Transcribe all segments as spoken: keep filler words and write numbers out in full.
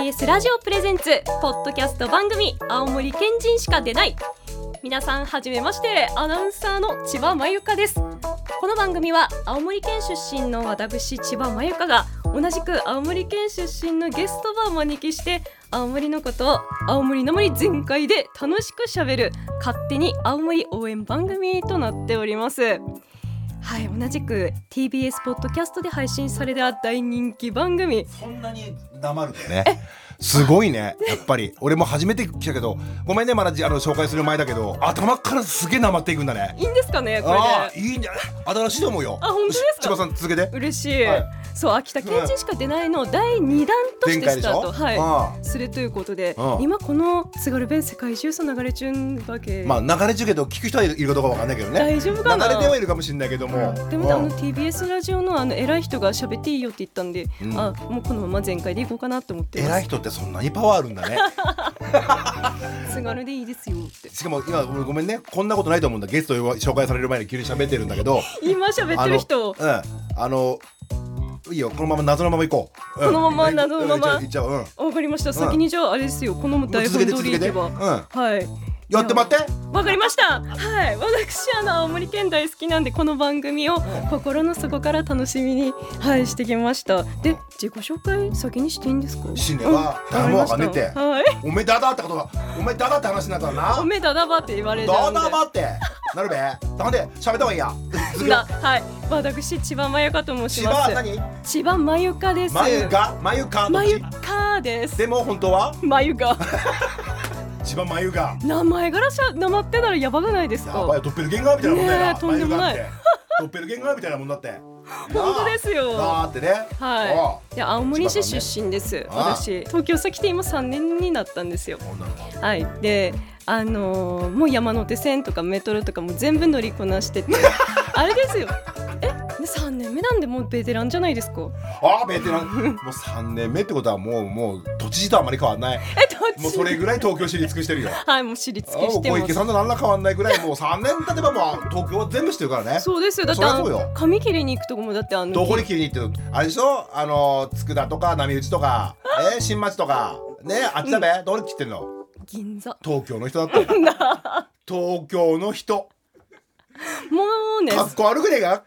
ーエス ラジオプレゼンツポッドキャスト番組青森県人しか出ない。皆さんはじめまして、アナウンサーの千葉まゆかです。この番組は青森県出身の私千葉まゆかが同じく青森県出身のゲストをお招きして青森のことを青森の森全開で楽しくしゃべる勝手に青森応援番組となっております。はい、同じく ティービーエス ポッドキャストで配信された大人気番組。 そんなに黙るんだよね。すごいね、やっぱり俺も初めて来たけど、ごめんね、まだあの紹介する前だけど頭からすげえなまっていくんだね。 いいんですかね、これで。 あいいんじゃない、新しいと思うよ。 あ、本当ですか。 千葉さん続けて。 嬉しい、 はい、 そう、秋田県人しか出ないのだいにだんとしてスタート、はい、するということで、今この津軽弁世界中さ流れ中わけ。 まあ流れ中けど聞く人はいるかどうかわかんないけどね。 大丈夫かな。 流れてはいるかもしれないけども、 でもあの ティービーエス ラジオのあの偉い人が喋っていいよって言ったんで、うん、あ、もうこのまま全開でいこうかなって思ってます。 偉い人ってそんなにパワーあるんだね。 津軽でいいですよって。 しかも今ごめんね、こんなことないと思うんだ。ゲスト紹介される前に急に喋ってるんだけど、 今喋ってる人、 あの、うん、あのいいよ、このまま謎のまま行こう、うん、 このまま謎のまま行っちゃう、うん、 わかりました。先にじゃああれですよ、この台本通りいけば、うん、はい、 やって待って。 わかりました。はい、私あの青森県大好きなんで、この番組を心の底から楽しみに、はい、してきました。で、自己紹介先にしていいんですか。 しねば誰もわかんねって、 はい、 おめだだってことが、おめだだって話になったらな。 おめだだばって言われるんで、 だだばってなるべ。なんで喋った方がいいや。 はい、私千葉まゆかと申します。 千葉何？ 千葉まゆかです。 まゆかまゆかまゆかです。 でも本当はまゆか。 千葉まゆが名前からしゃなまってたらやばくないですか。 やばい、ドッペルゲンガーみたいなもんだよな、 ね、とんでもない。 ドッペルゲンガーみたいなもんだって。 本当ですよ。 だってね。 はい。いや、青森市出身です。私東京さ来て今さんねんになったんですよ。はい。で、あのー、もう山手線とかメトロとかも全部乗りこなしててあれですよ。え、さんねんめなんでもうベテランじゃないですか。 ああ、ベテラン。もうさんねんめってことはもうもう都知事とあまり変わんない。 え、どっち？ もうそれぐらい東京知り尽くしてるよ。 はい、もう知り尽くしてます。 小池さんと何ら変わんないぐらい、もうさんねん経てばもう東京は全部知ってるからね。 そうですよ。だってあの髪切りに行くとこもだってあのどこに切りに行ってるあれでしょ、あの佃とか波打ちとかえー、新町とかね、あっちだべ、うん、どこに切ってんの。 銀座。 東京の人だって東京の人もうね、 かっこ悪くねえか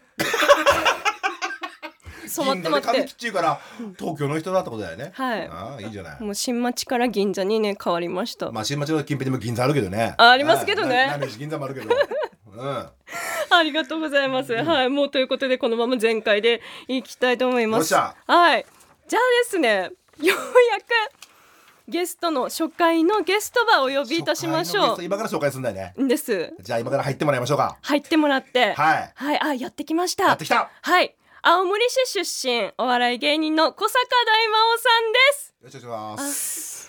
染まって待って、 銀座で髪切っちゅうから東京の人だってことだよね。 はい、 ああ、いいんじゃない。 もう新町から銀座にね変わりました。 まあ新町の近辺にも銀座あるけどね。 あ, ありますけどね。 波打ち銀座もあるけどうん、 ありがとうございます、うん、はい、もうということでこのまま全開でいきたいと思います。はい、じゃあですね、ようやくゲストの初回のゲストはお呼びいたしましょう。 今から紹介するんだよね。 です。 じゃあ今から入ってもらいましょうか。 入ってもらって、 はい、 はい、あ、やってきました。 やってきた。 はい、青森市出身お笑い芸人の小坂大魔王さんです。 よろしくお願いします。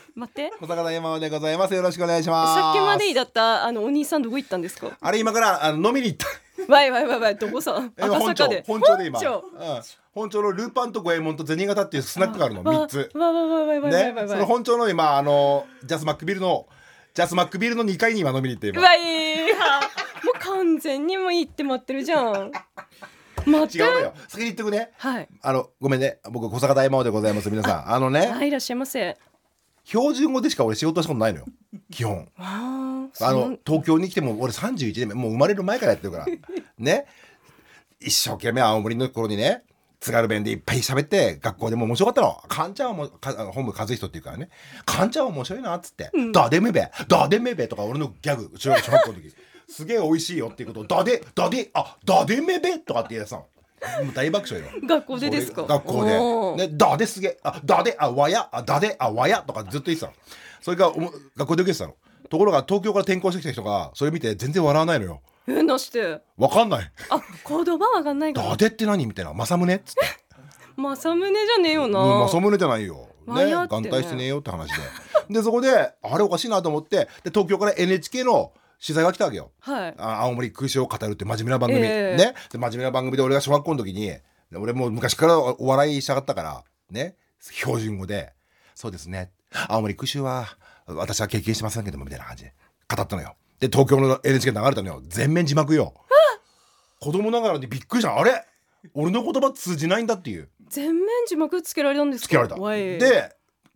待って、 小坂大魔王でございます。よろしくお願いします。 さっきまでいだったあのお兄さんどこ行ったんですか。 あれ今からあの飲みに行った。 わいわいわいわい、どこさ赤坂で本庁で今、本庁、うん、本庁のルーパンと五右衛門と銭形っていうスナックがあるのみっつね。その本庁の今あのジャスマックビルのジャスマックビルのにかいに今飲みに行って今。 わいはもう完全にもう行って待ってるじゃん。待って、 違うのよ、先に言ってくね。 はい、あのごめんね、僕小坂大魔王でございます。皆さんあのね、 はい、いらっしゃいませ。 標準語でしか俺仕事したことないのよ基本。あの東京に来ても俺さんじゅういちねんめ、もう生まれる前からやってるからね。一生懸命青森の頃にね津軽弁でいっぱい喋って学校でも面白かったの。カンちゃんはもか本部和人っていうからね、カンちゃんは面白いなっつって、うん、ダデメベダデメベとか俺のギャグ小学校の時すげえ美味しいよっていうことをダデダデあダデメベとかって言い出したの。もう大爆笑よ。 学校でですか。 学校で、ね、ダですげえ、あダデあわやあダデあわやとかずっと言ってたの。それが学校で受けてたの。ところが東京から転校してきた人がそれ見て全然笑わないのよ。 え、なしてわかんない。 あ、言葉わかんないから。 ダデって何みたいな、正宗っつって正宗じゃねえよな、 うん、正宗じゃないよね、眼帯してねえよって話ででそこであれおかしいなと思って、で東京から エヌエイチケー の取材が来たわけよ、はい、あ青森空襲を語るって真面目な番組、えー、ね、で真面目な番組で俺が小学校の時に、俺も昔からお笑いしたかったからね、標準語でそうですね、青森空襲は私は経験してませんけどもみたいな感じで語ったのよ。で東京の エヌエイチケー 流れたのよ、全面字幕よ。子供ながらにびっくりした。あれ俺の言葉通じないんだっていう。 全面字幕つけられたんですか。 つけられた。で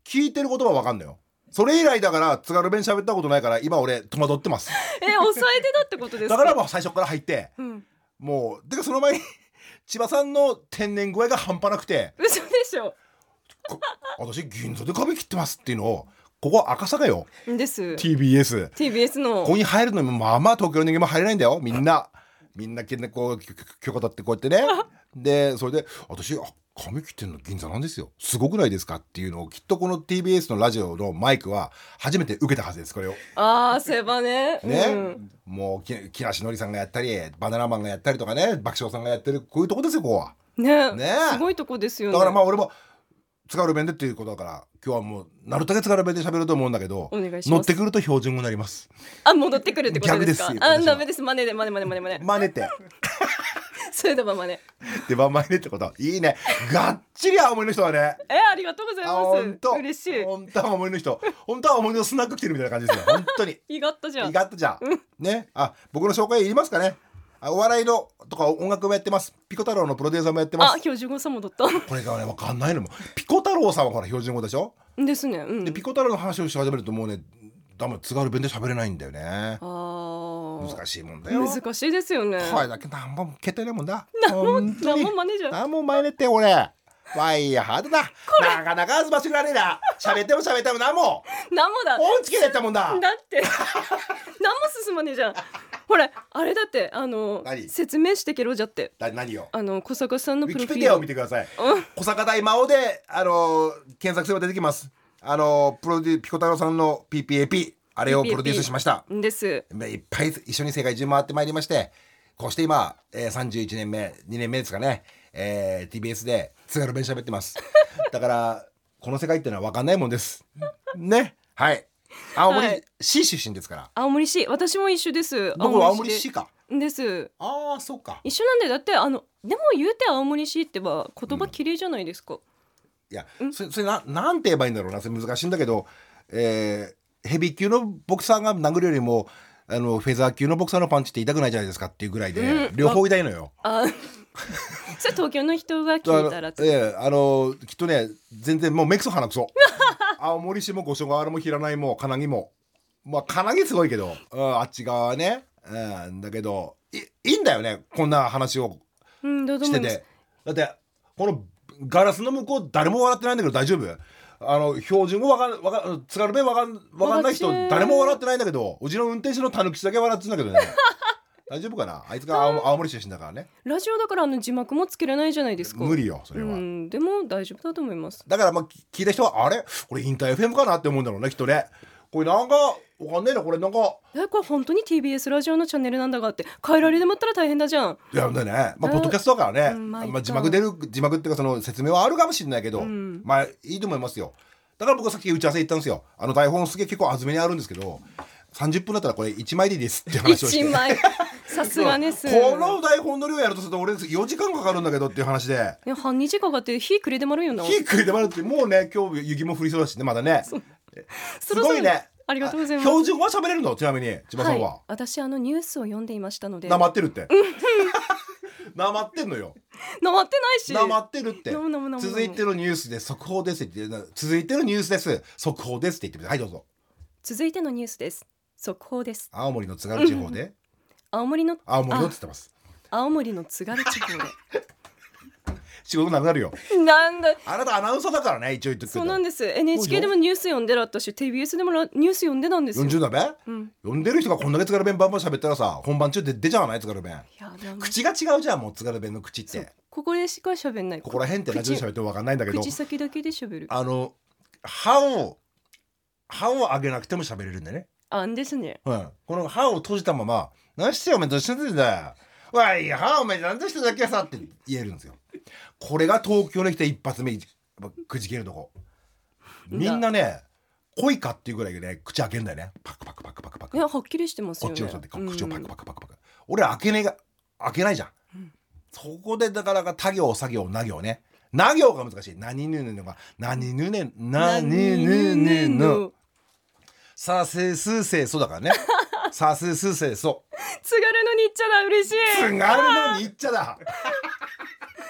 聞いてる言葉わかんのよ。それ以来だから津軽弁喋ったことないから今俺戸惑ってます。 え抑えてたってことですか。 だからもう最初から入って、 うん、 もうてかその前に千葉さんの天然具合が半端なくて、 嘘でしょ。 私銀座で髪切ってますっていうのを、ここ赤坂よですティービーエスティービーエス のここに入るのにまあまあ東京の人間も入れないんだよみんなみんなこう許可取ってこうやってねでそれで私あ髪切ってんの銀座なんですよすごくないですかっていうのをきっとこの ティービーエス のラジオのマイクは初めて受けたはずです。これをああセバねね、うん、もうき木梨憲さんがやったりバナナマンがやったりとかね爆笑さんがやってるこういうとこですよここはね, ねすごいとこですよね。 だからまあ俺も津軽弁でっていうことだから今日はもうなるだけ津軽弁で喋ると思うんだけど、お願いします。乗ってくると標準語になります。 あ戻ってくるってことですか。 逆ですよ。 あダメです。真似で真似真似真似真似真似ってそれでは真似でば真似ってこといいね。がっちり青森の人はねえありがとうございます。嬉しい。 本当は青森の人本当は青森のスナック来てるみたいな感じですよ本当にいがったじゃんいがったじゃんね。あ僕の紹介いりますかね。お笑いのとか音楽もやってます。ピコ太郎のプロデューサーもやってます。 あ標準語さん戻ったこれがね分かんないのもピコ太郎さんはほら標準語でしょですね、うん、 でピコ太郎の話をし始めるともうねダメ津軽弁で喋れないんだよね。 あ難しいもんだよ。 難しいですよね。 はいだけど何も決定ないもんだ。 何も何もマネージャー何もマネって俺ワイヤーハードだなかなかずばしぐらねえな喋っても喋っても何も何もだ音つけてったもんだだって何も進まねえじゃんほらあれだってあの説明してけろじゃってだ何よあの小坂さんのプロフィールウィキペディアを見てください、うん、小坂大魔王であの検索すれば出てきます。あのプロデュピコ太郎さんの ピーピーエーピー あれをプロデュースしましたですいっぱい一緒に世界中回ってまいりましてこうして今、えー、さんじゅういちねんめにねんめですかね、えー、ティービーエス で津軽弁喋ってますだからこの世界ってのは分かんないもんですね。はい青森市出身ですから、はい、 青森市私も一緒です。 僕は青森市かですああそうか一緒なんでだってあのでも言うて青森市ってば言葉綺麗じゃないですか、うん、 いやそれ、それななんて言えばいいんだろうなそれ難しいんだけど、えー、ヘビー級のボクサーが殴るよりもあのフェザー級のボクサーのパンチって痛くないじゃないですかっていうぐらいで、うん、両方痛いのよ、まあそれ東京の人が聞いたらあの、えー、あのきっとね全然もうメクソ鼻くそ青森市も五所川原も平内も金木もまあ金木すごいけど、うん、あっち側はね、うん、だけど い, いいんだよねこんな話をしてて、うん、だってこのガラスの向こう誰も笑ってないんだけど大丈夫？あの標準語わかんわかん津軽弁わかんわかんない人誰も笑ってないんだけどうちの運転手のたぬきちだけ笑ってるんだけどね大丈夫かなあいつが 青, 青森出身だからね。 ラジオだからあの字幕もつけれないじゃないですか。 無理よそれは、 うん、でも大丈夫だと思います。 だからまあ聞いた人はあれこれインター エフエム かなって思うんだろうねきっとね。これなんかわかんねえなこれなんかえこれ本当に ティービーエス ラジオのチャンネルなんだがって変えられでもったら大変だじゃん。 いやだねまあポッドキャストだからね、うんまあ、まあ字幕出る字幕っていうかその説明はあるかもしれないけど、うん、まあいいと思いますよ。だから僕はさっき打ち合わせ行ったんですよ。あの台本すげえ結構厚めにあるんですけどさんじゅっぷんだったらこれいちまいでいいですって話をしていちまいさすがですこの台本の量やるとすると俺よじかんかかるんだけどっていう話でいや半日かかって火くれてまるよな。 火くれてまるってもうね今日雪も降りそうだしねまだねすごいね。 ありがとうございます。 標準語は喋れるのちなみに千葉さんは、はい、 私あのニュースを読んでいましたので。 なまってるってなまってんのよ。 なまってないしなまってるって続いてのニュースで速報ですって言って続いてのニュースです速報ですって言ってみてはいどうぞ。 続いてのニュースです速報です。 青森の津軽地方で、うん、 青森の青森のって言ってます。 青森の津軽地方で仕事なくなるよ。 なんだあなたアナウンサーだからね一応言ってくけど。 そうなんです。 エヌエイチケー でもニュース読んでらったし ティービーエス でもニュース読んでたんですよ。 よんじゅうだべ、うん、読んでる人がこんだけ津軽弁バンバン喋ったらさ本番中で出ちゃわない津軽弁。いや口が違うじゃんもう津軽弁の口って。 ここでしか喋んない。 ここら辺ってラジオで喋っても分かんないんだけど口先だけで喋る。 あの歯を歯を上げなくても喋れるんだよね。 あんですね、 うん、この歯を閉じたまま何してよお前どうしてんだよわい歯お前何としてだけさって言えるんですよ。これが東京に来て一発目くじけるとこみんなね恋かっていうぐらいでね口開けんだよねパクパクパクパクパク。 いやはっきりしてますよね。 こっちの人って口をパクパクパクパク、うん、俺開けねえが開けないじゃん、うん、そこでだから他行作業な行ねな行が難しい。何ぬねのが何ぬね何ぬねのさせすせそだからねさせすせそ津軽のにっちゃだ嬉しい。 津軽のにっちゃだ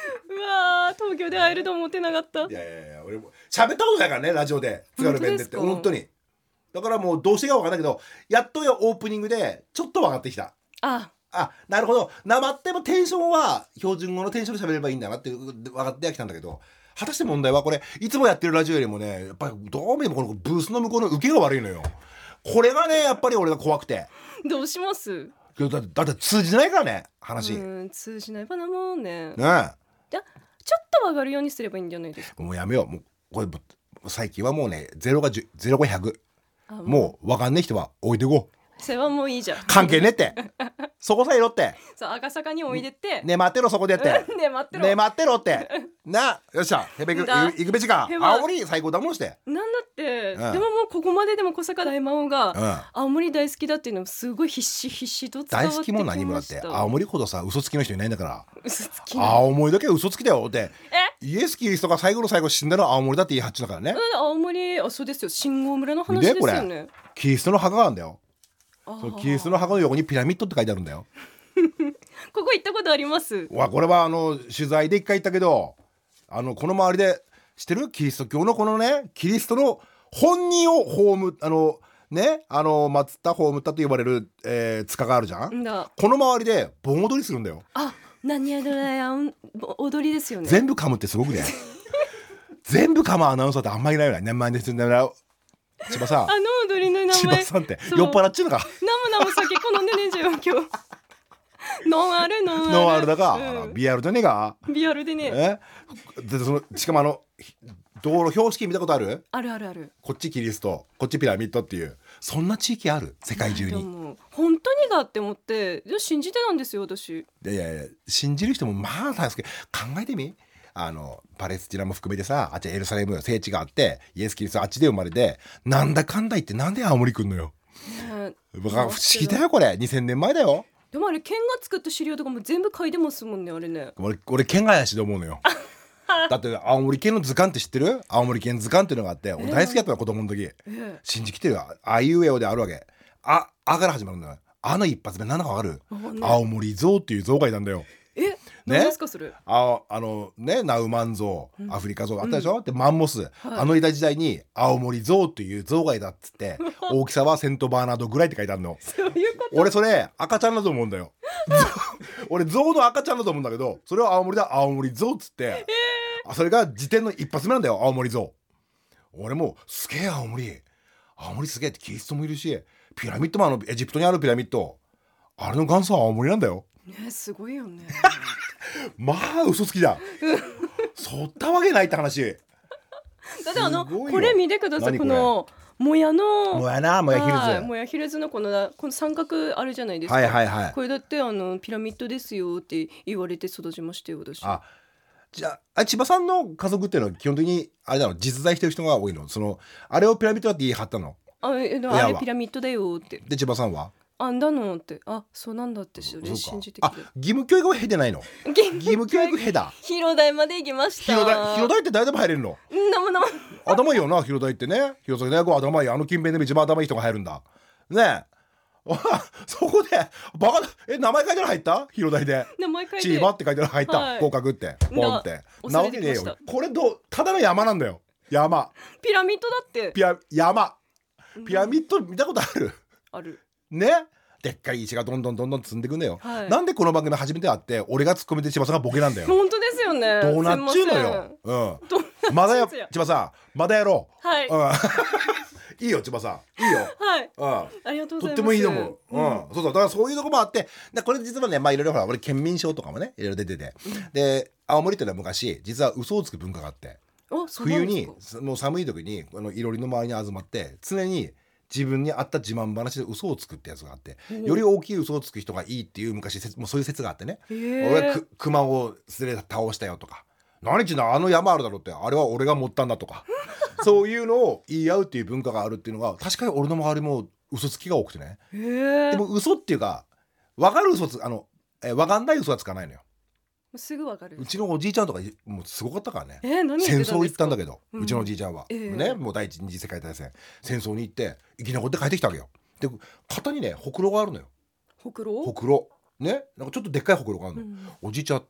うわー、東京で会えると思ってなかった。 いやいやいや、俺も喋ったことないからね、ラジオで津軽弁でって。本当にだからもうどうしてか分かんないけど、やっとよオープニングでちょっと分かってきた。 ああ、なるほど、なまってもテンションは標準語のテンションで喋ればいいんだなって分かってきたんだけど、果たして問題はこれいつもやってるラジオよりもね、やっぱりどう見てもこのブースの向こうの受けが悪いのよ。これがねやっぱり俺が怖くて。 どうします？ だってだって通じないからね話。 うん通じないばなもんね。 ねえ。 じゃちょっと分かるようにすればいいんじゃないですか。 もうやめよう。もうこれ最近はもうねゼロがじゅう、ゼロがひゃく。もう分かんない人は置いてこう。 それはもういいじゃん。 関係ねってそこさえろって。 そう赤坂においでってね待ってろそこでってね待ってろね待ってろってな。よっしゃへべく行くべしか。青森最高だもんして。 なんだって、 うん、 でももうここまででも小坂大魔王が、 うん、 青森大好きだっていうのすごい必死必死と伝わってきました。 大好きも何もだって青森ほどさ嘘つきの人いないんだから。 嘘つき青森だけ嘘つきだよって。イエスキリストが最後の最後死んだのは青森だって言い張っちゃうからね。 うん、青森あそうですよ、信号村の話ですよね。 キリストの墓があるんだよ。そのキリストの墓の横にピラミッドって書いてあるんだよここ行ったことあります？ わこれはあの取材で一回行ったけど、あのこの周りで知ってるキリスト教のこのねキリストの本人を葬あのねあの祀った葬ったと呼ばれる、えー、塚があるじゃん。この周りで盆踊りするんだよ。 あ何やらや踊りですよね。 全部噛むってすごくね全部噛むアナウンサーってあんまりいないよね。年前ですんだよ千葉さん。 あの踊りの名前千葉さんって酔っ払っちゅうのか。 なもなも酒このねねじゃよ今日ノンアルノンアルノンアルだか、うん、ビアルじゃねえか。 ビアルでねえでそのしかもあの道路標識見たことある？ あるあるある。 こっちキリストこっちピラミッドっていうそんな地域ある世界中に。 本当にだって思って信じてたんですよ私。 いやいや信じる人もまあ大好き。考えてみ、あのパレスチナも含めてさ、あっちエルサレム聖地があってイエスキリストあっちで生まれてなんだかんだ言ってなんで青森来んのよ、ね、不思議だよこれ。にせんねんまえだよ。 でもあれ県が作った資料とかも全部書いてますもんねあれね。 俺俺県が怪しいと思うのよだって青森県の図鑑って知ってる？青森県図鑑っていうのがあって俺大好きだったの、えー、子供の時、えー、信じきてるよ。あいうえおであるわけ。ああから始まるんだよ。あの一発目何だかわかる？ね、青森象っていう象がいたんだよ。 え何ですかそれ？ ああのねナウマンゾウ、アフリカゾウあったでしょ、うん、でマンモス、はい、あのいた時代に青森ゾウっていうゾウがいたっつって大きさはセントバーナードぐらいって書いてあるのそういうこと？ 俺それ赤ちゃんだと思うんだよ俺ゾウの赤ちゃんだと思うんだけど、それを青森だ青森ゾウっつって、えー、それが時点の一発目なんだよ青森ゾウ。俺もすげえ青森青森すげえってキリストもいるしピラミッドもあのエジプトにあるピラミッドあれの元祖は青森なんだよ。 ねすごいよねまあ嘘つきだそったわけないって話。だってあのこれ見てください。このもやのもやなもやヒルズもやヒルズのこのこの三角あるじゃないですか。 はいはいはい。 これだってあのピラミッドですよって言われて育ちましたよ私。 あじゃあ千葉さんの家族っていうのは基本的にあれだの実在してる人が多いの？そのあれをピラミッドだって言い張ったの？ あ, あれピラミッドだよって。 で千葉さんはあんだのってあそうなんだってそれ信じてきて。 あ義務教育は経てないの？義務教育経だ。 広大まで行きました。 広大広大って誰でも入れるの？ なもなも頭いいよな広大ってね。広大大学は頭いい。あの近辺でも一番頭いい人が入るんだねえそこでバカだえ名前書いたら入った？広大で名前書いてチーバって書いたら入った、はい、合格ってポンってなわけねえよ。これどただの山なんだよ。山ピラミッドだってピラ山ピラミッド見たことある？あるね。でっかい石がどんどんどんどん積んでくんだよ、はい、なんでこの番組初めて会って俺がツッコミで千葉さんがボケなんだよ。 本当ですよね。 どうなっちゅうのよ、うん、まだや千葉さんまだやろう、 はい、 うん、いいよ千葉さんいいよ、 はい、 うん、 ありがとうございます。 とってもいいと思う、うん、うん、そうそうだからそういうとこもあってだこれ実はねまあいろいろほら俺県民賞とかもねいろいろ出てて、うん、で青森っていうのは昔実は嘘をつく文化があって、冬にもう寒い時にあのいろりの周りに集まって常に自分に合った自慢話で嘘をつくってやつがあって、より大きい嘘をつく人がいいっていう昔もうそういう説があってね。俺はく熊を素手で倒したよとか、何ちゅうのあの山あるだろうってあれは俺が持ったんだとかそういうのを言い合うっていう文化があるっていうのが確かに俺の周りも嘘つきが多くてね。でも嘘っていうか分かる嘘つあのえ分かんない嘘はつかないのよ。 すぐわかる。 うちのおじいちゃんとかもうすごかったからね、 えー、何戦争行ったんだけど、うん、うちのおじいちゃんは、 えー、 ねもう第一次世界大戦戦争に行って生き残って帰ってきたわけよ。で肩にねほくろがあるのよ。 ほくろほくろねなんかちょっとでっかいほくろがあるの、うん、おじいちゃんって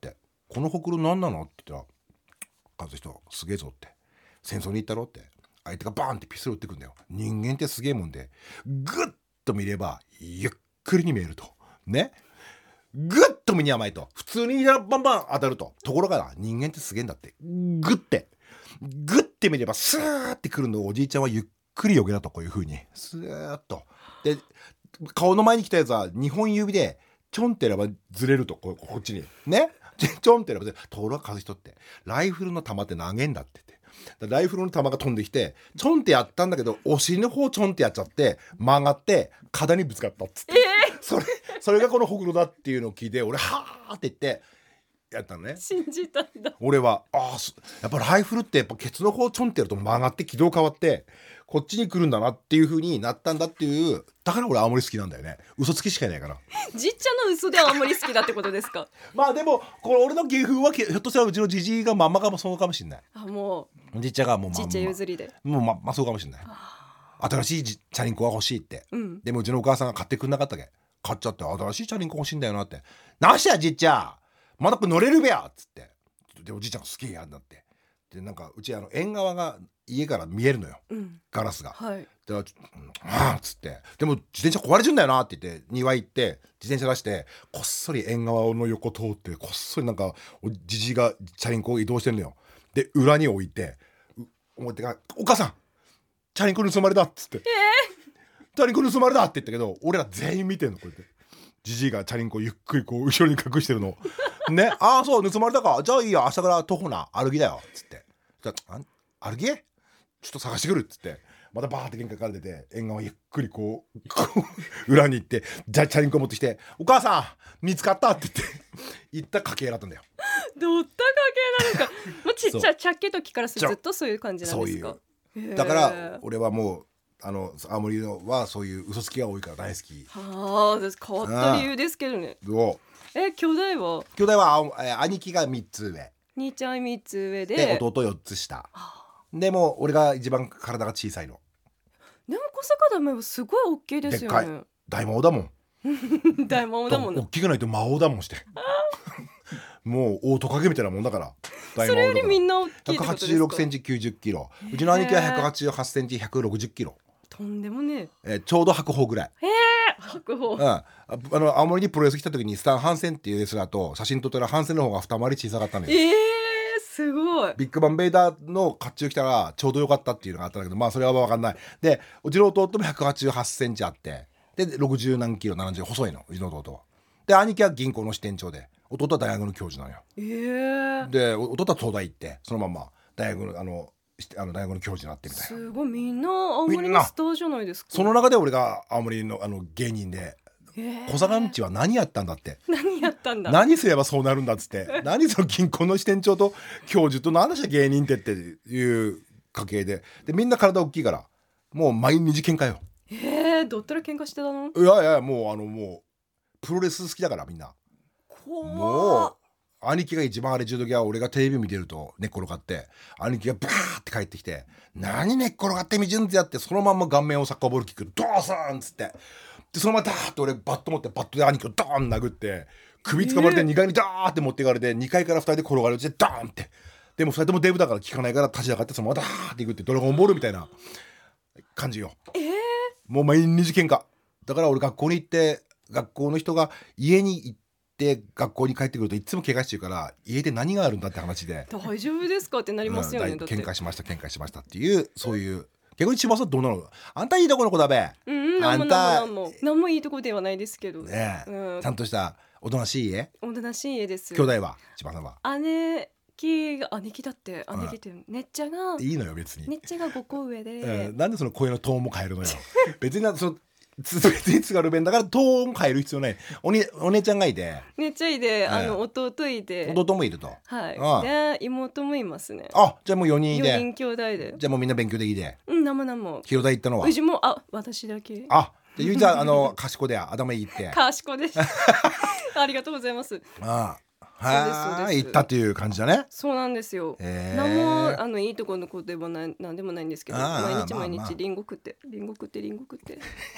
このほくろ何なのって言ったら、和人すげえぞって、戦争に行ったろって、相手がバーンってピストル撃ってくんだよ。人間ってすげえもんで、グッと見ればゆっくりに見えるとね、グッと見に甘いと普通にバンバン当たると。ところがな、人間ってすげえんだって、グッてグッて見ればスーってくるのをおじいちゃんはゆっくり避けだと、こういう風にスーッと。で顔の前に来たやつはにほん指でちょんってやればずれると、こ, こっちにね、ちょんってやればずれる。ところが和人ってライフルの弾って投げんだって言って、ライフルの弾が飛んできてちょんってやったんだけど、お尻の方ちょんってやっちゃって曲がって肩にぶつかったっつって、えー、それそれがこのほくろだっていうのを聞いて、俺はーって言ってやったのね。 信じたんだ。 俺はあやっぱライフルってやっぱケツの方ちょんってやると曲がって軌道変わってこっちに来るんだなっていう風になったんだっていう。だから俺青森好きなんだよね。嘘つきしかいないから。 じっちゃんの嘘で青森好きだってことですか？ まあでもこれ俺の芸風はひょっとしたらうちのじじいがまんまかもそうかもしれない。 あもうじっちゃがもうまんまじっちゃ譲りでもうままあそうかもしれない。新しいチャリンコが欲しいって、うん、でもうちのお母さんが買ってくんなかったけ、買っちゃって、新しいチャリンコ欲しいんだよなって、なしやじっちゃまだこれ乗れるべやっつって、でおじいちゃんがすげえやんだって、でなんかうちあの縁側が家から見えるのよ、うん、ガラスが、はい、でああっつって、でも自転車壊れちゃうんだよなって言って庭行って自転車出してこっそり縁側の横通ってこっそりなんかおじじがチャリンコを移動してるのよ。で裏に置いて表がお母さんチャリンコ盗まれたっつって、えー、チャリンコ盗まれたって言ったけど、俺ら全員見てんのこうやって、じじいがチャリンコゆっくりこう後ろに隠してるのね、ああそう盗まれたか、じゃあいいよ明日から徒歩な歩きだよっつって、歩きちょっと探してくるっつってまたバーって玄関から出て縁側ゆっくりこう裏に行ってじゃあチャリンコ持ってきて、お母さん見つかったって言って行った家系だったんだよ。 どった家系なのかもうちっちゃいちゃっけ時からずっとそういう感じなんですか？ そういうだから俺はもうあの青森のはそういう嘘つきが多いから大好き。 はあ、変わった理由ですけどね。どうえ兄弟は兄弟は、えー、兄貴がみっつ上、 兄ちゃんみっつ上で、 で弟よっつ下でも俺が一番体が小さいの。 でも小坂ダメはすごい大きいですよね。 大魔王だもん大魔王だもんね。 大きくないと魔王だもんしてもう大トカゲみたいなもんだから。 それよりみんな大きいってことですか？ ひゃくはちじゅうろくセンチきゅうじゅっキロ、うちの兄貴はひゃくはちじゅうはちセンチひゃくろくじゅっキロ。 とんでもねえ、えー、ちょうど白鵬ぐらい。 へえ、白鵬、うん、 あの青森にプロレス来た時にスタン・ハンセンっていうレスラーと写真撮ったらハンセンの方が二回り小さかったのよ。 えー、すごい。 ビッグバンベイダーの甲冑着たらちょうどよかったっていうのがあったんだけど、まあそれは分かんない。でうちの弟もひゃくはちじゅうはちセンチあってでろくじゅう何キロななじゅう細いのうちの弟は。で兄貴は銀行の支店長で弟は大学の教授なんよ。えー、で弟は東大行ってそのまま大学のあのあの大学の教授になってみたいな。 すごい、みんな青森のスターじゃないですか。 その中で俺が青森 の, あの芸人で、えー、小坂道は何やったんだって何やったんだ何すればそうなるんだっつって何その銀行の支店長と教授と何でした芸人ってっていう家系で、でみんな体大きいからもう毎日喧嘩よ。 えー、どったら喧嘩してたの？ いやいやもうあのもうプロレス好きだからみんな。もう兄貴が一番あれ中時は俺がテレビ見てると寝っ転がって兄貴がバーって帰ってきて何寝っ転がってみじゅんってやってそのまんま顔面をサッカーボールキックドーサーンっつってでそのままダーって俺バット持ってバットで兄貴をドーン殴って首掴まれてにかいにダーって持っていかれてにかいからふたりで転がり落ちてドーンって、でもふたりともデブだから効かないから立ち上がってそのままダーっていくってドラゴンボールみたいな感じよ。えー、もう毎日喧嘩だから俺学校に行って学校の人が家に行ってで学校に帰ってくるといつも怪我してるから家で何があるんだって話で大丈夫ですかってなりますよね、 うん、喧嘩しました喧嘩しましたっていうそういう逆に千葉さんどうなの？あんたいいとこの子だべ、 うん、あんた何も何も何もいいとこではないですけど、 ねうん、ちゃんとしたおとなしい家おとなしい家です。 兄弟は千葉さんは姉貴が姉貴だって姉貴ってねっちゃがいいのよ別にねっちゃがごこ上で、 うん、なんでその声のトーンも変えるのよ別にその別に津軽弁だからトーン変える必要ない。 お, にお姉ちゃんがいて姉ちゃんいて、あの弟いて弟もいると、 はい、ああで妹もいますね。 あじゃあもうよにんいてよにん兄弟でじゃあもうみんな勉強できてうんなんもなんも広大行ったのはうちもあ私だけあでゆいちゃんあの賢で頭いいって賢ですありがとうございます。 ああはい行ったっていう感じだね。 そうなんですよ、えー、何もあのいいところのことでもない何でもないんですけど毎日毎日リンゴ食ってリンゴ食ってリンゴ食って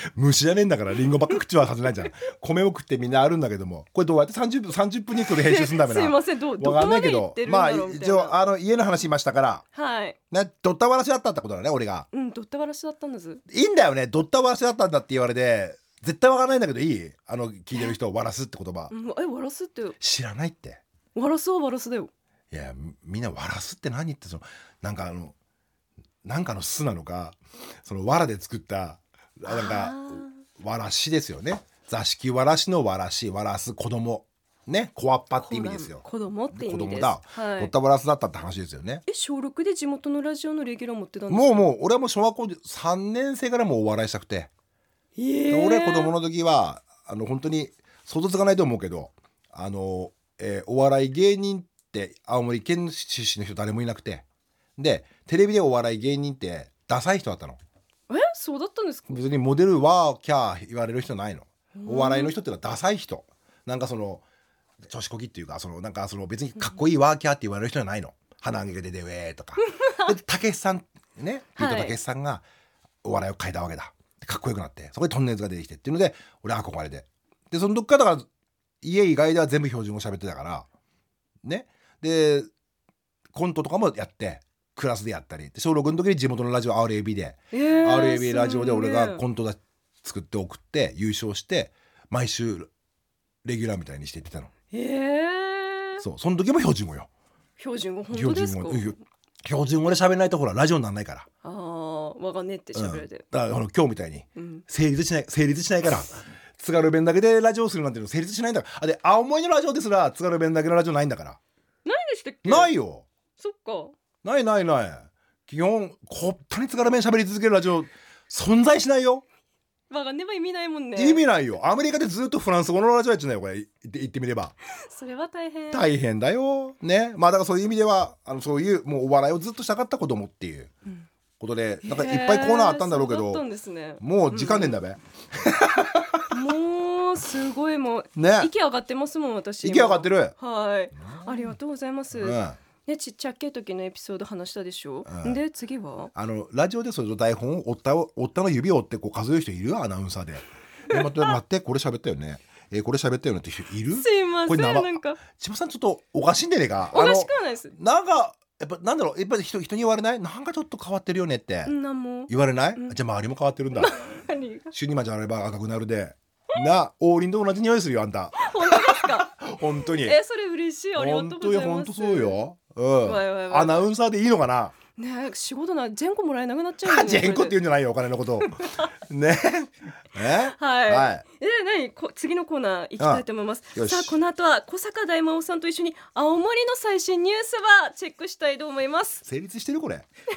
虫じゃねえんだからリンゴばっか口はさせないじゃん。米を食ってみんなあるんだけども、これどうやってさんじゅっぷんさんじゅっぷんにこれ編集するんだめな。 すいません、どどこまで言ってるんだろうみたいな。 まあ一応あの家の話しましたから、 はい、 ね、ドッタ話だったってことだね俺が。 うんドッタ話だったんです。 いいんだよね、ドッタ話だったんだって言われて絶対わからないんだけどいい？あの聞いてる人わらすって言葉、 うん、えわらすって知らないって。 わらすはわらすだよ。 いやみんなわらすって何って、そのなんかあのなんかの巣なのか、そのわらで作ったなんかわらしですよね。座敷わらしのわらし、わらす子供ね、小わっぱって意味ですよ。 子供って意味です。 子供だ。 はい、 ドッタわらすだったって話ですよね。 え小ろくで地元のラジオのレギュラー持ってたんですか？ もうもう俺はもう小学校さんねん生からもうお笑いしたくて、 えー、 俺子供の時はあの本当に想像つかないと思うけど、あの、えー、お笑い芸人って青森県出身の人誰もいなくて、でテレビでお笑い芸人ってダサい人だったの。 えそうだったんですか？ 別にモデルはキャー言われる人ないの。お笑いの人ってのはダサい人、なんかその調子こきっていうか、そのなんかその別にかっこいいワーキャーって言われる人じゃないの。鼻上げででウェーとかでたけしさんね、ビートたけしさんがお笑いを変えたわけだ。かっこよくなって、そこでトンネルズが出てきてっていうので俺憧れで、でその時からだから家以外では全部標準語喋ってたからね。でコントとかもやってクラスでやったりで、小ろくの時に地元のラジオ アールエービー で、えー、アールエービー ラジオで俺がコントだ作って送って優勝して毎週レギュラーみたいにしていってたの。 へえー、 そう、その時も標準語よ。 標準語本当ですか？ 標準語で喋らないとほらラジオにならないから。 ああ、わがねって喋れて、うん、 だからあの今日みたいに成立しない、成立しないから津軽弁だけでラジオするなんていうの成立しないんだから。あで青森のラジオですら津軽弁だけのラジオないんだから。 ないでしたっけ？ ないよ。 そっか。 ないないない。基本こっぱに津軽弁喋り続けるラジオ存在しないよ。 わがねば意味ないもんね。 意味ないよ。アメリカでずっとフランス語のラジオやっちゃうよこれ言って言ってみれば。 それは大変。 大変だよね。まあだからそういう意味ではあのそういうもうお笑いをずっとしたかった子供っていうことで、うん、なんかいっぱいコーナーあったんだろうけど、 ね、 もう時間ねえんだべ。 うん、もうすごいもう、 ね、 息上がってますもん私。 息上がってる。 はい。ありがとうございます。うんね、ちっちゃっけ時のエピソード話したでしょ、うん、で次はあのラジオでその台本を折った折ったの指を折ってこう数える人いる？アナウンサーでえ待って待ってこれ喋ったよね、えー、これ喋ったよねって人いる？ すいません、なんか千葉さんちょっとおかしいんでねえか。 おかしくはないです。 なんかやっぱなんだろう、やっぱり 人, 人に言われない？なんかちょっと変わってるよねって言われない？うん、じゃあ周りも変わってるんだ。シュニマじゃあれば赤くなるでな、王林と同じ匂いするよあんた。 本当ですか？ 本当にえそれ嬉しい、ありがとうございます。 本当そうよ、うん、わいわいわいアナウンサーでいいのかなね。仕事な全個もらえなくなっちゃうよね。 全個って言うんじゃないよお金のことねねはい、はい、え何こ次のコーナー行きたいと思います。さあこの後は小坂大魔王さんと一緒に青森の最新ニュースはチェックしたいと思います。 成立してるこれ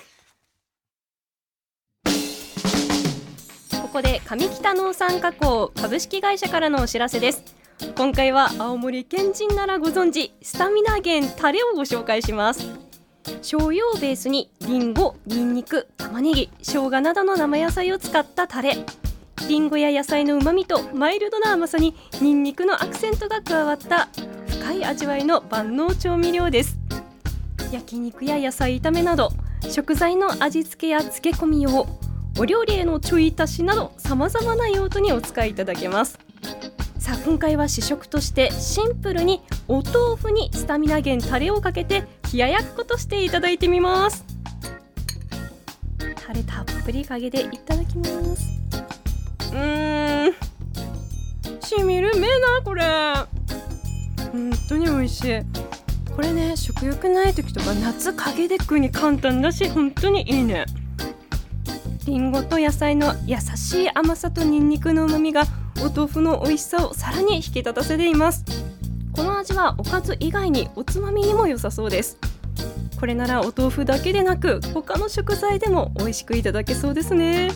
ここで上北農産加工株式会社からのお知らせです。今回は青森県人ならご存知スタミナ源タレをご紹介します。醤油をベースにリンゴ、ニンニク、玉ねぎ、生姜などの生野菜を使ったタレ。リンゴや野菜の旨味とマイルドな甘さにニンニクのアクセントが加わった深い味わいの万能調味料です。焼肉や野菜炒めなど食材の味付けや漬け込み用、お料理へのちょい足しなど様々な用途にお使いいただけます。さあ今回は試食としてシンプルにお豆腐にスタミナ源タレをかけて冷ややっことしていただいてみます。タレたっぷりかけていただきます。うーんしみるめなこれ本当に美味しい。これね食欲ない時とか夏陰で食うに簡単だし本当にいいね。リンゴと野菜の優しい甘さとニンニクの旨味がお豆腐の美味しさをさらに引き立たせています。この味はおかず以外におつまみにも良さそうです。これならお豆腐だけでなく他の食材でも美味しくいただけそうですね。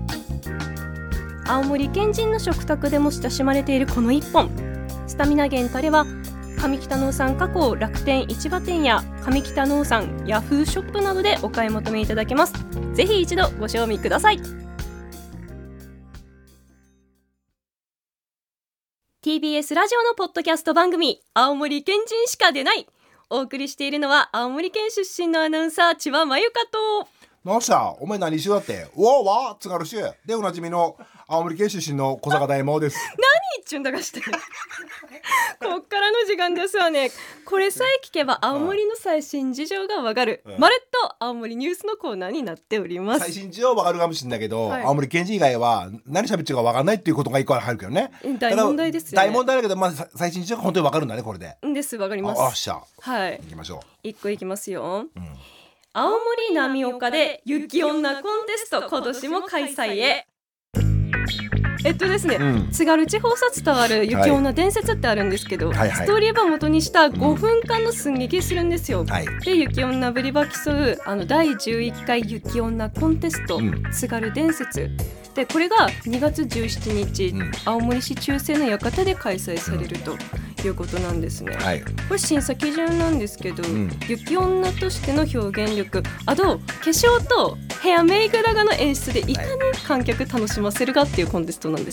青森県人の食卓でも親しまれているこの一本スタミナ源タレは上北農産加工楽天市場店や上北農産ヤフーショップなどでお買い求めいただけます。ぜひ一度ご賞味ください。 ティービーエス ラジオのポッドキャスト番組青森県人しか出ない。お送りしているのは青森県出身のアナウンサー千葉真由香となんしたお前何しようだってうわわ津軽市でおなじみの青森県出身の小坂大魔王です何言っちゅんだかしてこっからの時間ですよね。これさえ聞けば青森の最新事情がわかる、うん、まるっと青森ニュースのコーナーになっております。 最新事情わかるかもしれないけど、はい、青森県人以外は何喋ってるかわかんないっていうことが一個入るけどね。 大問題ですよね。 大問題だけど、まあ、最新事情が本当にわかるんだねこれで。 ですわかります。 あっしゃはい行きましょう。 一個いきますよ、うん、青森浪岡で雪女コンテスト今年も開催へ。えっとですね、うん、津軽地方さ伝わる雪女伝説ってあるんですけど、はいはいはい、ストーリー版を元にしたごふんかんの寸劇するんですよ、はい、で雪女ぶりば競うあのだいじゅういっかい雪女コンテスト、うん、津軽伝説でこれがにがつじゅうしちにち、うん、青森市中世の館で開催されるということなんですね、はい、これ審査基準なんですけど、うん、雪女としての表現力あと化粧とヘアメイクだがの演出でいかに観客楽しませるかっていうコンテストなんです。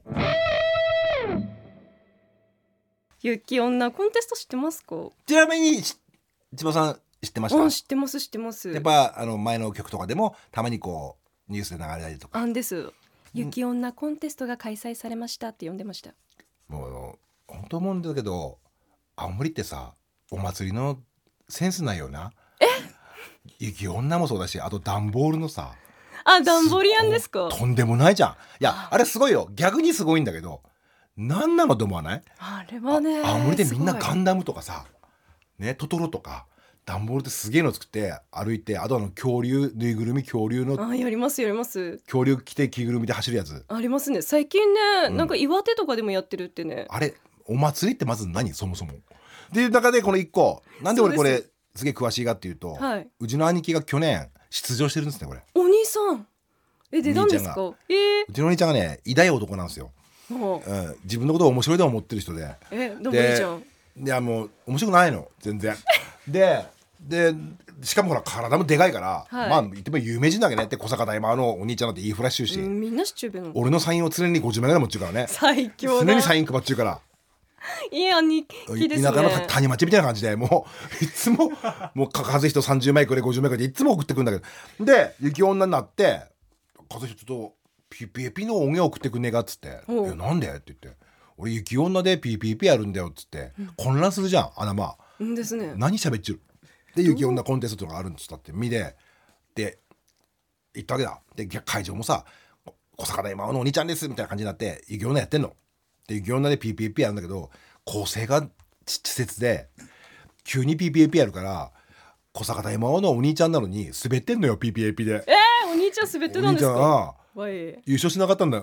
雪女コンテスト知ってますか？ ちなみに千葉さん知ってました？ うん、知ってます知ってます。 やっぱあの前の曲とかでもたまにこうニュースで流れたりとか。 あんです。雪女コンテストが開催されましたって呼んでました。 もう本当思うんだけど青森ってさお祭りのセンスないよな。 え？ 雪女もそうだしあと段ボールのさあダンボリアンですか？ とんでもないじゃん。いやあれすごいよ逆にすごいんだけど何なのと思わない？ あれはね青森でみんなガンダムとかさねトトロとか段ボールってすげえの作って歩いてあとあの恐竜ぬいぐるみ恐竜のあやりますやります恐竜着て着ぐるみで走るやつありますね最近ね、うん、なんか岩手とかでもやってるってね。 あれお祭りってまず何そもそもっていう中でこのいっこなんで俺これすげえ詳しいかっていうと、はい、うちの兄貴が去年出場してるんですねこれ。 お兄さんえで何ですか？えー、 うちのお兄ちゃんがね偉大男なんですよ、うん、自分のことを面白いと思ってる人でえどうもいいじゃん。 いやもう面白くないの全然ででしかもほら体もでかいから、はい、まあ言っても有名人だけねって小坂大魔のお兄ちゃんだっていいフラッシュし、うん、 みんな知っちゅうべの俺のサインを常にごじゅうまいぐらい持っちゅうからね最強だ常にサイン配っちゅうからいい兄貴ですね。 田舎の谷町みたいな感じでもういつももう風邪ひとさんじゅうまいくらいごじゅうまいくらいでいつも送ってくるんだけどで雪女になって風邪ひとちょっとピーピーピーの音源送ってくんねえかっつっていやなんでって言って俺雪女でピーピーピーやるんだよっつって、うん、混乱するじゃんあなまあですね何喋っちゅうで雪女コンテストとかあるんつったって見でで行ったわけだ。で会場もさ小坂大魔のお兄ちゃんですみたいな感じになって雪女やってんので雪女で ピーピーピー やるんだけど構成が稚拙で急に ピーピーピー やるから小坂大魔のお兄ちゃんなのに滑ってんのよ ピーピーピー で。 えー、お兄ちゃん滑ってたんですか？ お兄ちゃん優勝しなかったんだよ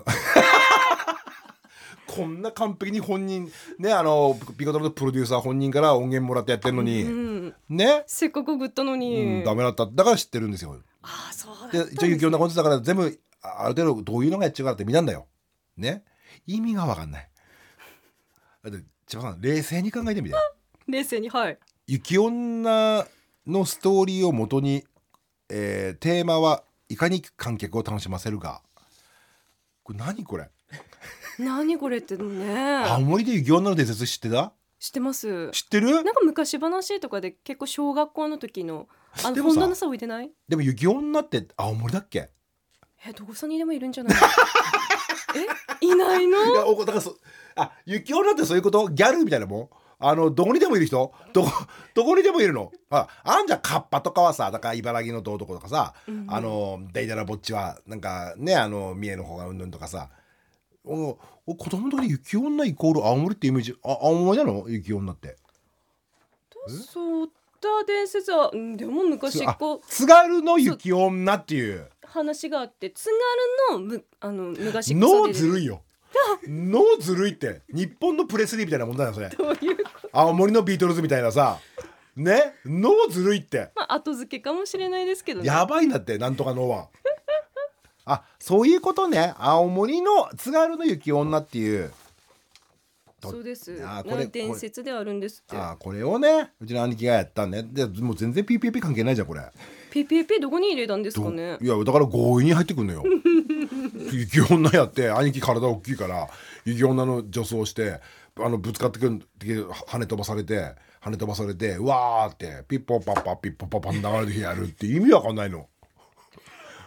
こんな完璧に本人ねあのピコトロのプロデューサー本人から音源もらってやってるのに、うん、ねせっかく送ったのに、 うん、ダメだっただから知ってるんですよ。 あそうだったんですね。 で一応雪女コンテストだから全部ある程度どういうのがやっちゃうからって見たんだよね。意味が分かんない。だって千葉さん冷静に考えてみて冷静にはい雪女のストーリーをもとに、えー、テーマはいかに観客を楽しませるか。これ何これ何これってね。 青森で雪女の伝説知ってた？ 知ってます。 知ってる？ なんか昔話とかで結構小学校の時のあの本棚さ置いてない？ でも雪女って青森だっけ？ えどこさにでもいるんじゃないえいないの？ いやだからそあ雪女ってそういうことギャルみたいなもんあのどこにでもいる人どこどこにでもいるのああんじゃんカッパとかはさだから茨城のどうとことかさ、うんうん、あのデイダラぼっちはなんかねあの三重の方がうんぬんとかさおお子供の時に雪女イコール青森ってイメージあ青森なの雪女ってそうだ伝説はでも昔こう津軽の雪女っていう話があって津軽のむあの昔のずるいよのずるいって日本のプレスリーみたいなもんだよそれ。 どういう青森のビートルズみたいなさねのずるいって、 まあ、後付けかもしれないですけどね。 やばいんだってなんとかのはあそういうことね。青森の津軽の雪女っていうそうですあこれ伝説であるんですって。 あこれをねうちの兄貴がやったんね。でもう全然 ピーピーピー 関係ないじゃんこれ。 ピーピーピー どこに入れたんですかね。 いやだから強引に入ってくんのよ雪女やって兄貴体大きいから雪女の女装してあのぶつかってくる跳ね飛ばされて跳ね飛ばされてうわーってピッポパッパピッポパパン流れでやるって意味わかんないの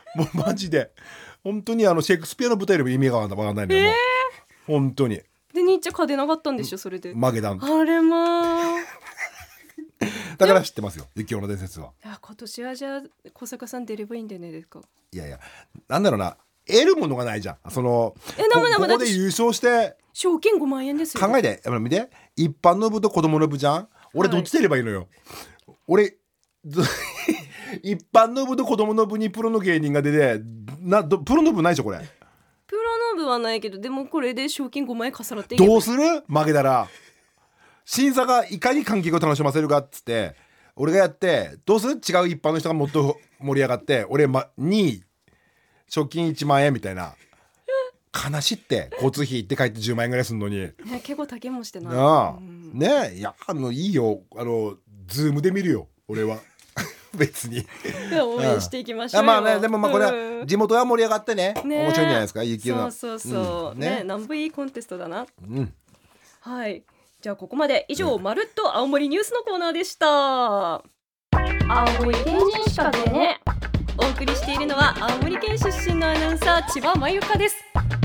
もうマジで本当にあのシェイクスピアの舞台よりも意味がわかんないんだよ、えー、もう本当に。 でニッチェ勝てなかったんでしょそれで。 マゲダン。 あれまあだから知ってますよ雪男の伝説は。 いや今年はじゃあ小坂さん出ればいいんじゃないですか。 いやいやなんだろうな得るものがないじゃん。そのえなもなもここで優勝して賞金ごまんえんですよ。 考えて見て一般の部と子供の部じゃん。俺どっち出ればいいのよ、はい、俺一般の部と子供の部にプロの芸人が出てなどプロの部ないでしょこれ。 プロの部はないけどでもこれで賞金ごまんえん重なっていけばどうする負けたら審査がいかに観客を楽しませるかっつって俺がやってどうする違う一般の人がもっと盛り上がって俺、ま、にい賞金いちまんえんみたいな悲しって交通費行って帰ってじゅうまんえんぐらいするのに、ね、 結構高もしてなあ、うん、ねえいやあのいいよあのズームで見るよ俺は別に応援していきましょうよ、 うん、まあねでもまあこれは地元は盛り上がってね、ね面白いんじゃないですか雪の。 そうそうそう、うん、ねねなんぼいいコンテストだな、 うん、 はいじゃあここまで以上、うん、まるっと青森ニュースのコーナーでした。青森県人しか出ねお送りしているのは青森県出身のアナウンサー千葉真由香です。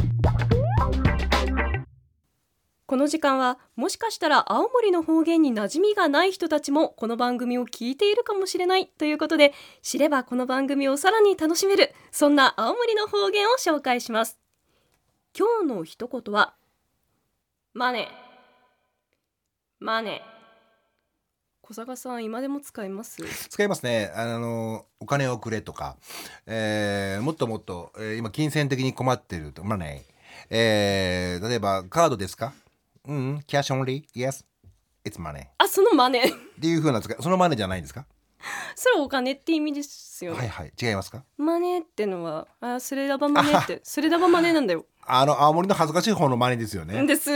この時間はもしかしたら青森の方言に馴染みがない人たちもこの番組を聞いているかもしれないということで知ればこの番組をさらに楽しめるそんな青森の方言を紹介します。今日の一言はマネマネ。小坂さん今でも使います？ 使いますね。あのお金をくれとか、えー、もっともっと、えー、今金銭的に困ってるとマネー、えー、例えばカードですか？うん、キャッシュオンリー Yes It's money あそのマネっていう風な使いそのマネじゃないんですか？ それお金って意味ですよね。 はいはい違いますか？ マネってのはあスレダバマネってスレダバマネなんだよ。 あの青森の恥ずかしい方のマネですよね。 です。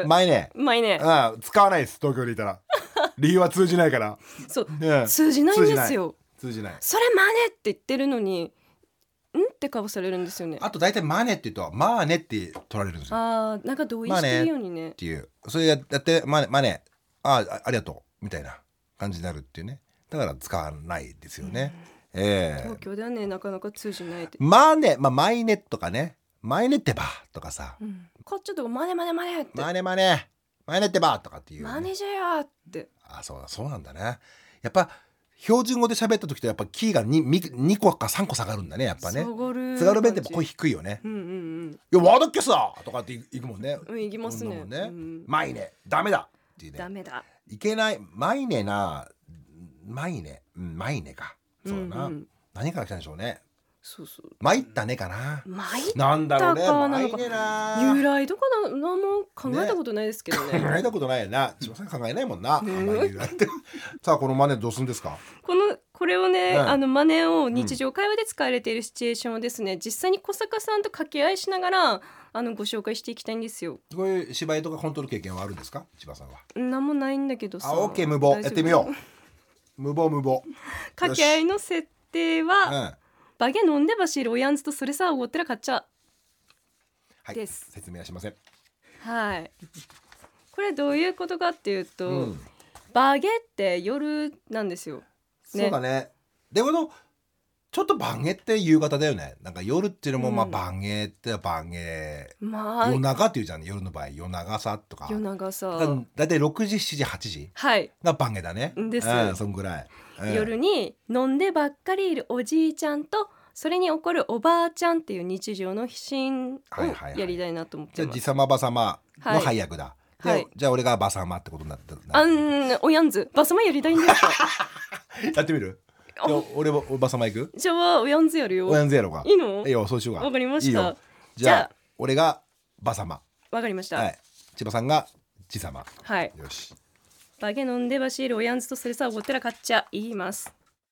マイネマイネあ使わないです東京でいたら理由は通じないからそう、ね、通じないんですよ。 通じないそれマネって言ってるのにんって顔されるんですよね。 あと大体マネって言うとマーネって取られるんですよ。 あなんか同意してるようにねっていうそれやってマネマネあありがとうみたいな感じになるっていうね。だから使わないですよね、うんえー、 東京ではねなかなか通じないってマネ、まあ、マイネとかねマイネってばとかさ、 うん、こっちょっとマネマネマネってマネマネマネってばとかっていう、ね、 マネじゃーってあそうだそうなんだね。やっぱ標準語で喋った時とやっぱキーが 2, にこかさんこ下がるんだねやっぱね。津軽弁って声低いよね。 うんうんうんいやわだっけさとかっていくもんね。 うんいきますね。 ねうん、マイネダメだっていうね。 ダメだいけないマイネなマイネ、うん、マイネかそうだな、うんうん、何から来たんでしょうね。 そうそう参ったねかな。 参ったなんだろうね参ねな由来とか何も考えたことないですけどね。 ね考えたことないよな。千葉さん考えないもんな、ね、さあこのマネどうするんですか？ このこれをね、うん、あのマネを日常会話で使われているシチュエーションをですね、うん、実際に小坂さんと掛け合いしながらあのご紹介していきたいんですよ。 こういう芝居とかコントの経験はあるんですか千葉さんは？ なんもないんだけどさ。 あ、オッケー無謀やってみよう。無謀無謀。 掛け合いの設定は、うん、バゲ飲んでばしるおやんずとそれさおごってら買っちゃはいです。 説明はしません。 はいこれどういうことかっていうと、うん、バゲって夜なんですよ、 ね、そうだね。でもちょっとバゲって夕方だよね。なんか夜っていうのも、うん、まあバゲってバゲ、まあ、夜長っていうじゃん。夜の場合夜長さとか夜長さだいたいろくじしちじはちじがバゲだね。 です、 うん、そんぐらい、 うん、夜に飲んでばっかりいるおじいちゃんとそれに起こるおばあちゃんっていう日常のシーンをやりたいなと思ってます。 はいはいはい、じゃあじさまばさまの配役だ、はいはい、じゃあ俺がばさまってことになってる。 あんおやんずばさまやりたいんですか？ やってみる？俺はおばさま行く？ じゃあおやんずやるよ。 おやんずやろうか。 いいの？ いいよそうしようか。 わかりました。いいじゃあ俺がばさま。 わかりました。 はい。千葉さんがじさま。 はい。 よし。 バゲ飲んでばしるおやんずとそれさおごってら買っちゃ言います。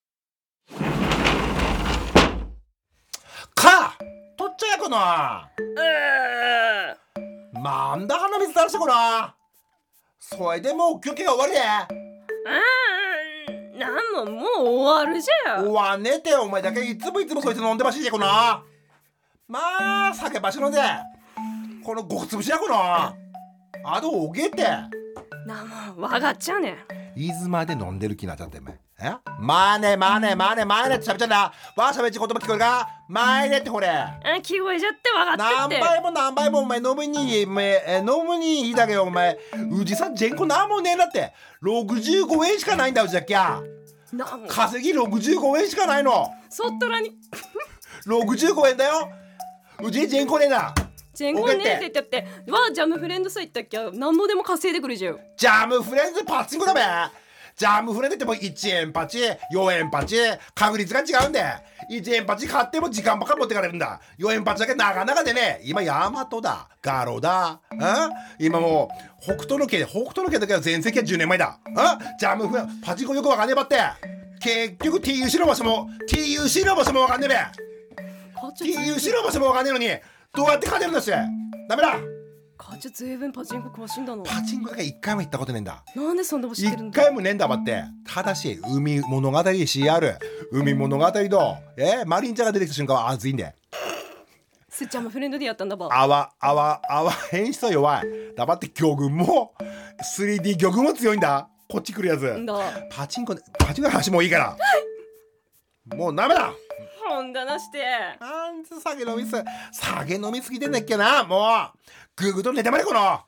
か取っちゃやこな。うーなんだ鼻水垂らしてこな。それでもう休憩が終わりで。 うんなんももう終わるじゃ。 終わんねえってお前だけいつもいつもそいつ飲んでばしいやこな。まあ酒ばし飲んでこのごくつぶしやこな。あとおげってなもわがっちゃね。 いつまで飲んでる気になっちゃってお前。 えマネマネマネマネって喋っちゃうんだ。わしゃべっち言葉聞こえるか。マネってこれあ聞こえちゃって分かってって。 何倍も何倍もお前飲むにお前え飲むにいいだけよお前。うちさジェンコなんもねえんだって。ろくじゅうごえんしかないんだうちだっけや。稼ぎろくじゅうごえんしかないの。 そっとらにろくじゅうごえんだよ。うちジェンコねえな。 ジェンコねえって言ったってわジャムフレンドさ言ったっけ何もでも稼いでくれじゃよ。 ジャムフレンドパチンコだべ。ジャムフレンドってもいちえんパチよえんパチ確率が違うんでいちえんパチ買っても時間ばっかり持ってかれるんだ。よえんパチだけなかなかでね今ヤマトだガロだあ今もう北斗の家北斗の家だけは全盛期はじゅうねんまえだあジャムフレンドパチンコよくわかんねえばって結局 ティーユーシー の場所も ティーユーシー の場所もわかんねえべ ティーユーシー の場所もわかんねえのにどうやって勝てるんだしダメだ。 母ちゃんずいぶんパチンコ詳しいんだの。 パチンコだけ一回も行ったことねえんだ。 なんでそんなこと知ってるんだ。 一回もねえんだばって。ただし海物語 シーアール 海物語のえマリンちゃんが出てきた瞬間は熱いんで。 すっちゃんもフレンドでやったんだば。 あわあわあわ演出は弱い。だばって魚群も スリーディー 魚群も強いんだ。こっち来るやつ。パチンコパチンコの話もういいから。もうダメだ。 本棚してなんつ酒飲みす酒飲みすぎてんだっけな。もうグーグーと寝てまれこの。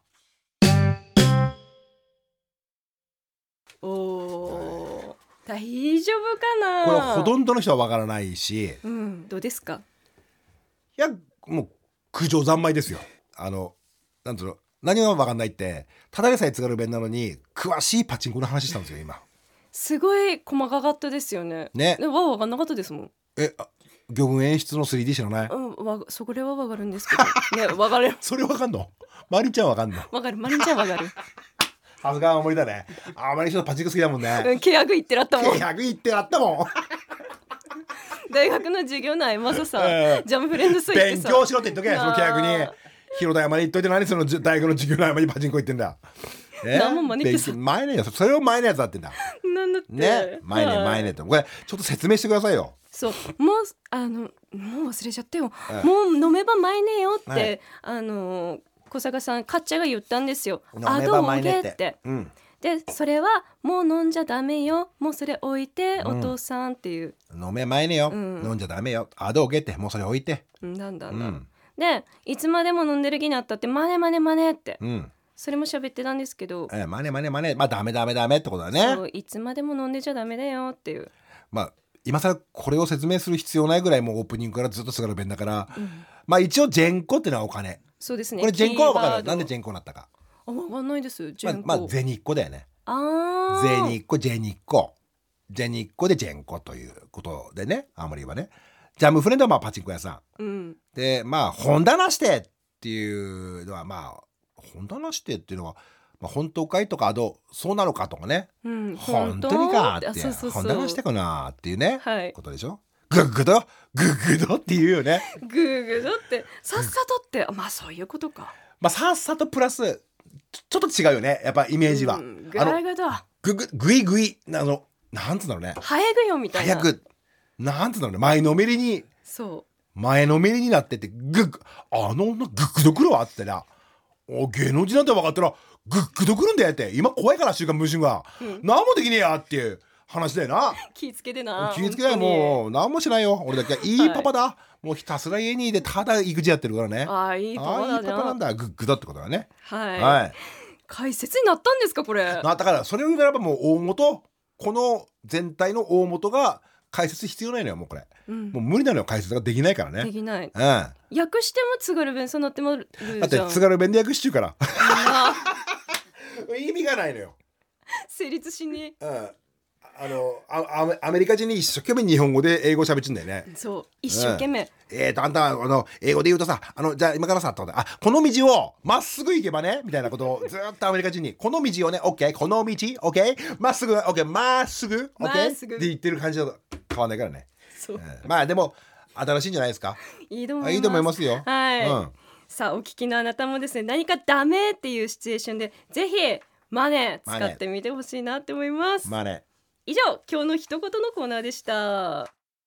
おー大丈夫かな。 これほとんどの人はわからないし、 うん、どうですか。 いやもう苦情三昧ですよ。あのなんつうの何がわかんないってただでさえ津軽弁なのに詳しいパチンコの話したんですよ今。 すごい細かかったですよね。 ね。 でわわかんなかったですもん。 え魚群演出の スリーディー 知らない。 うんわそれはわかるんですけどねわかる。 それわかんの。マリンちゃんわかんの。 わかるマリンちゃんわかる。 さすが青森だね。あまり人パチンコ好きだもんね。 うん契約行ってらったもん。 契約行ってらったもん。 大学の授業の合間さ、えー、ジャムフレンドスイってさ勉強しろって言っとけその契約に。広田山に行っといて何その大学の授業の合間にパチンコ行ってんだ。 えー、何も招きさ前のやつそれを前のやつだってんだ。 なんだってね前ね前ねってこれちょっと説明してくださいよ。 そうもうあのもう忘れちゃったよ、ええ、もう飲めば前ねよって、はい、あの小坂さんカッチャが言ったんですよ。 飲めば前ねって、 って、うん、でそれはもう飲んじゃダメよもうそれ置いて、うん、お父さんっていう飲め前ねよ、うん、飲んじゃダメよあどうけってもうそれ置いてなんだなんだ、うん、でいつまでも飲んでる気になったってマネマネマネって、うん、それも喋ってたんですけど、 えー、マネマネマネまあダメダメダメってことだね。 そういつまでも飲んでちゃダメだよっていうまあ今更これを説明する必要ないぐらいもうオープニングからずっと津軽弁だから、うん、まあ一応ジェンコってのはお金。 そうですね。 これジェンコは分かる。なんでジェンコになったか。 あ分かんないです。ジェンコ。 まあ、まあ、ゼニッコだよね。 あゼニッコジェニッコジェニッコでジェンコということでね青森はね。ジャムフレンドはまあパチンコ屋さん、うん、でまあ本棚してっていうのはまあ本棚してっていうのはまあ、本当かいとかあどうそうなのかとかね、うん、本当にかってそうそうそう本当してかなっていうね、はい、ことでしょ。グッグドグッグドっていうよね。 グーグドってさっさとってまあそういうことか。 まあさっさとプラスちょっと違うよねやっぱイメージは、うん、 グラグドグググイグイあのなんつうんだろうね早ぐよみたいな早くなんつうんだろうね前のめりにそう前のめりになっててグッあの女グッグド来るわってなお芸能人なんて分かったらグッグド来るんだよって今怖いから週刊文春が、うん、何もできねえやっていう話だよな。 気ぃつけてな気ぃつけないもう何もしないよ俺だけいいパパだ、はい、もうひたすら家にいてただ育児やってるからね。 ああいいパパだな。 あいいパパなんだグッグドってことだね。 はい、はい、解説になったんですかこれ。 なったからそれを言うならばもう大元この全体の大元が解説必要ないのよもうこれ、うん、もう無理なのよ解説ができないからね。 できない、 うん、 訳しても津軽弁そうなってもるじゃん。 だって津軽弁で訳しちゅうから意味がないのよ。 成立しねえ、うん、あのあアメリカ人に一生懸命日本語で英語喋っちゅうんだよね。 そう一生懸命、うん、 えーとあんたあの英語で言うとさあのじゃあ今からさってことであこの道をまっすぐ行けばねみたいなことをずっとアメリカ人にこの道をね OK この道 OK まっすぐ OK まっすぐ OK って言ってる感じだと変わんないからね。そう、うん、まあでも新しいんじゃないですか。 いいと思います。 いいと思いますよ。 はい、うん、さあお聞きのあなたもですね何かダメっていうシチュエーションでぜひマネ使ってみてほしいなって思います。 マネ以上今日の一言のコーナーでした。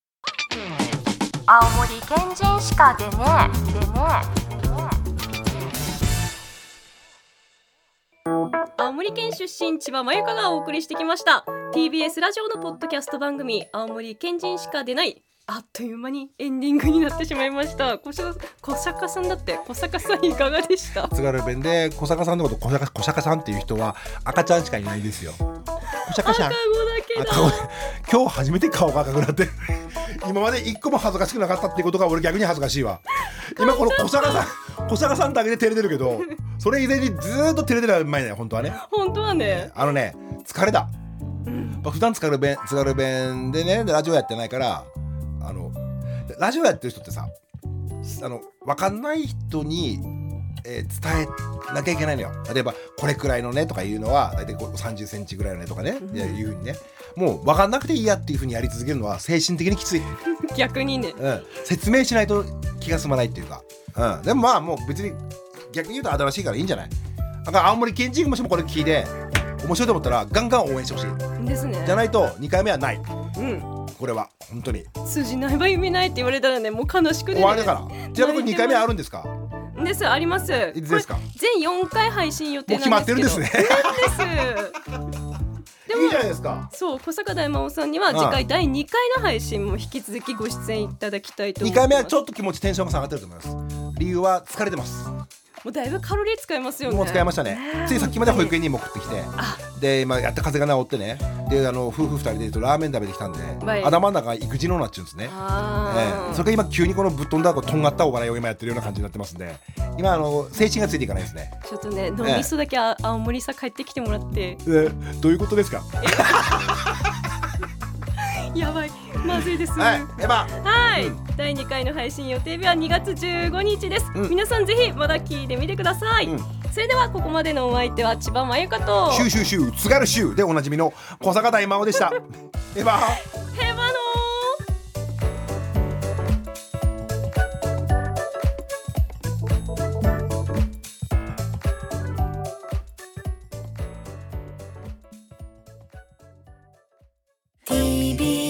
青森県人しか出ねえでね青森森県出身千葉真由香がお送りしてきました ティービーエス ラジオのポッドキャスト番組青森県人しか出ない。あっという間にエンディングになってしまいました。小坂さんだって小坂さんいかがでした？ 津軽弁で小坂さんのこと小坂、小坂さんっていう人は赤ちゃんしかいないですよ。小坂さん赤子だけだ。 今日初めて顔が赤くなって今まで一個も恥ずかしくなかったっていうことが俺逆に恥ずかしいわ。今この小坂さん小坂さんだけで照れてるけどそれ以前にずーっと照れてる前だよ本当はね。 本当はねあのね疲れた、うん、普段津軽弁津軽弁でねラジオやってないからあのラジオやってる人ってさあの分かんない人に、えー、伝えなきゃいけないのよ。例えばこれくらいのねとかいうのは大体さんじゅっセンチぐらいのねとかね、うん、いうふうにねもう分かんなくていいやっていうふうにやり続けるのは精神的にきつい逆にね、 うん、説明しないと気が済まないっていうか、うん、でもまあもう別に逆に言うと新しいからいいんじゃない。だから青森県人もしもこれ聞いて面白いと思ったらガンガン応援してほしいですね。 じゃないとにかいめはない、 うん、 これは本当に通じないは意味ないって言われたらねもう悲しくて、ね、 終わりだから。ちなみににかいめあるんですか？ ですあります。 いつですか？ 全よんかい配信予定なんですけど。 もう決まってるんですね。 でもいいじゃないですか。 そう小坂大魔王さんには次回だいにかいの配信も引き続きご出演いただきたいと思います。 にかいめはちょっと気持ちテンションが下がってると思います。理由は疲れてます。 もうだいぶカロリー使いますよね。 もう使いましたね。ついさっきまで保育園にも送ってきてで今やった風邪が治ってねであの夫婦ふたりでラーメン食べてきたんで、はい、頭の中が育児のなっちゅうんですね、えー、それが今急にこのぶっ飛んだとんがったお笑いを今やってるような感じになってますんで今あの精神がついていかないですね。 ちょっとね脳みそだけ青森さ帰ってきてもらって、 えー、どういうことですか？ やばいまずいです。 はい、やばはい、うん、だいにかいの配信予定日はにがつじゅうごにちです、うん、皆さんぜひまだ聞いてみてください、うん、それではここまでのお相手は千葉真由香とシューシューシュー津軽シューでおなじみの小坂大魔王でした。ヘバヘバのティービー